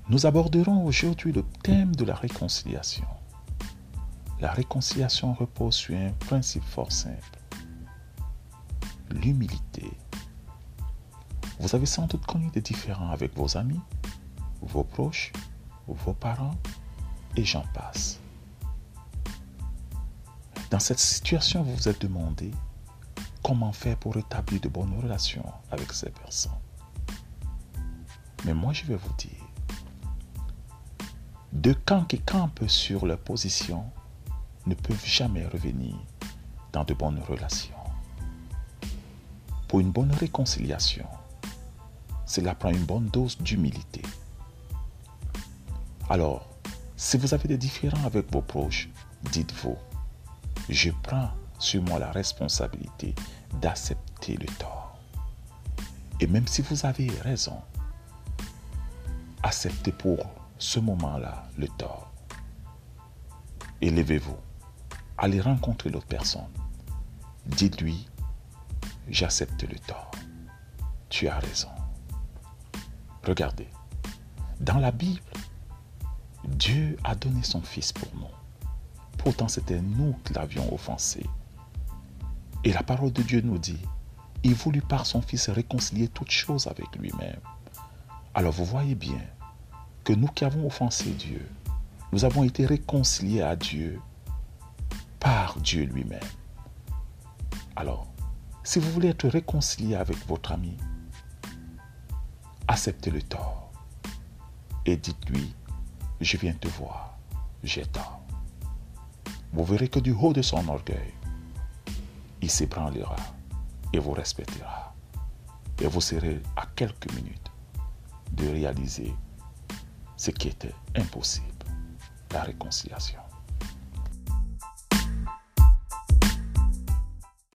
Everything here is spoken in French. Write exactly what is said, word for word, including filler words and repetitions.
Nous aborderons aujourd'hui le thème de la réconciliation. La réconciliation repose sur un principe fort simple, l'humilité. Vous avez sans doute connu des différends avec vos amis, vos proches, vos parents, et j'en passe. Dans cette situation, vous vous êtes demandé comment faire pour établir de bonnes relations avec ces personnes. Mais moi, je vais vous dire, deux camps qui campent sur leur position ne peuvent jamais revenir dans de bonnes relations. Pour une bonne réconciliation, cela prend une bonne dose d'humilité. Alors, si vous avez des différends avec vos proches, dites-vous, je prends sur moi la responsabilité d'accepter le tort. Et même si vous avez raison, acceptez pour ce moment-là le tort. Élevez-vous, allez rencontrer l'autre personne. Dites-lui, j'accepte le tort. Tu as raison. Regardez, dans la Bible, Dieu a donné son Fils pour nous. Pourtant, c'était nous qui l'avions offensé. Et la parole de Dieu nous dit, il voulut par son Fils réconcilier toutes choses avec lui-même. Alors vous voyez bien que nous qui avons offensé Dieu, nous avons été réconciliés à Dieu par Dieu lui-même. Alors, si vous voulez être réconcilié avec votre ami, acceptez le tort et dites-lui, je viens te voir, j'ai tort. Vous verrez que du haut de son orgueil, il s'ébranlera et vous respectera. Et vous serez à quelques minutes de réaliser ce qui était impossible, la réconciliation.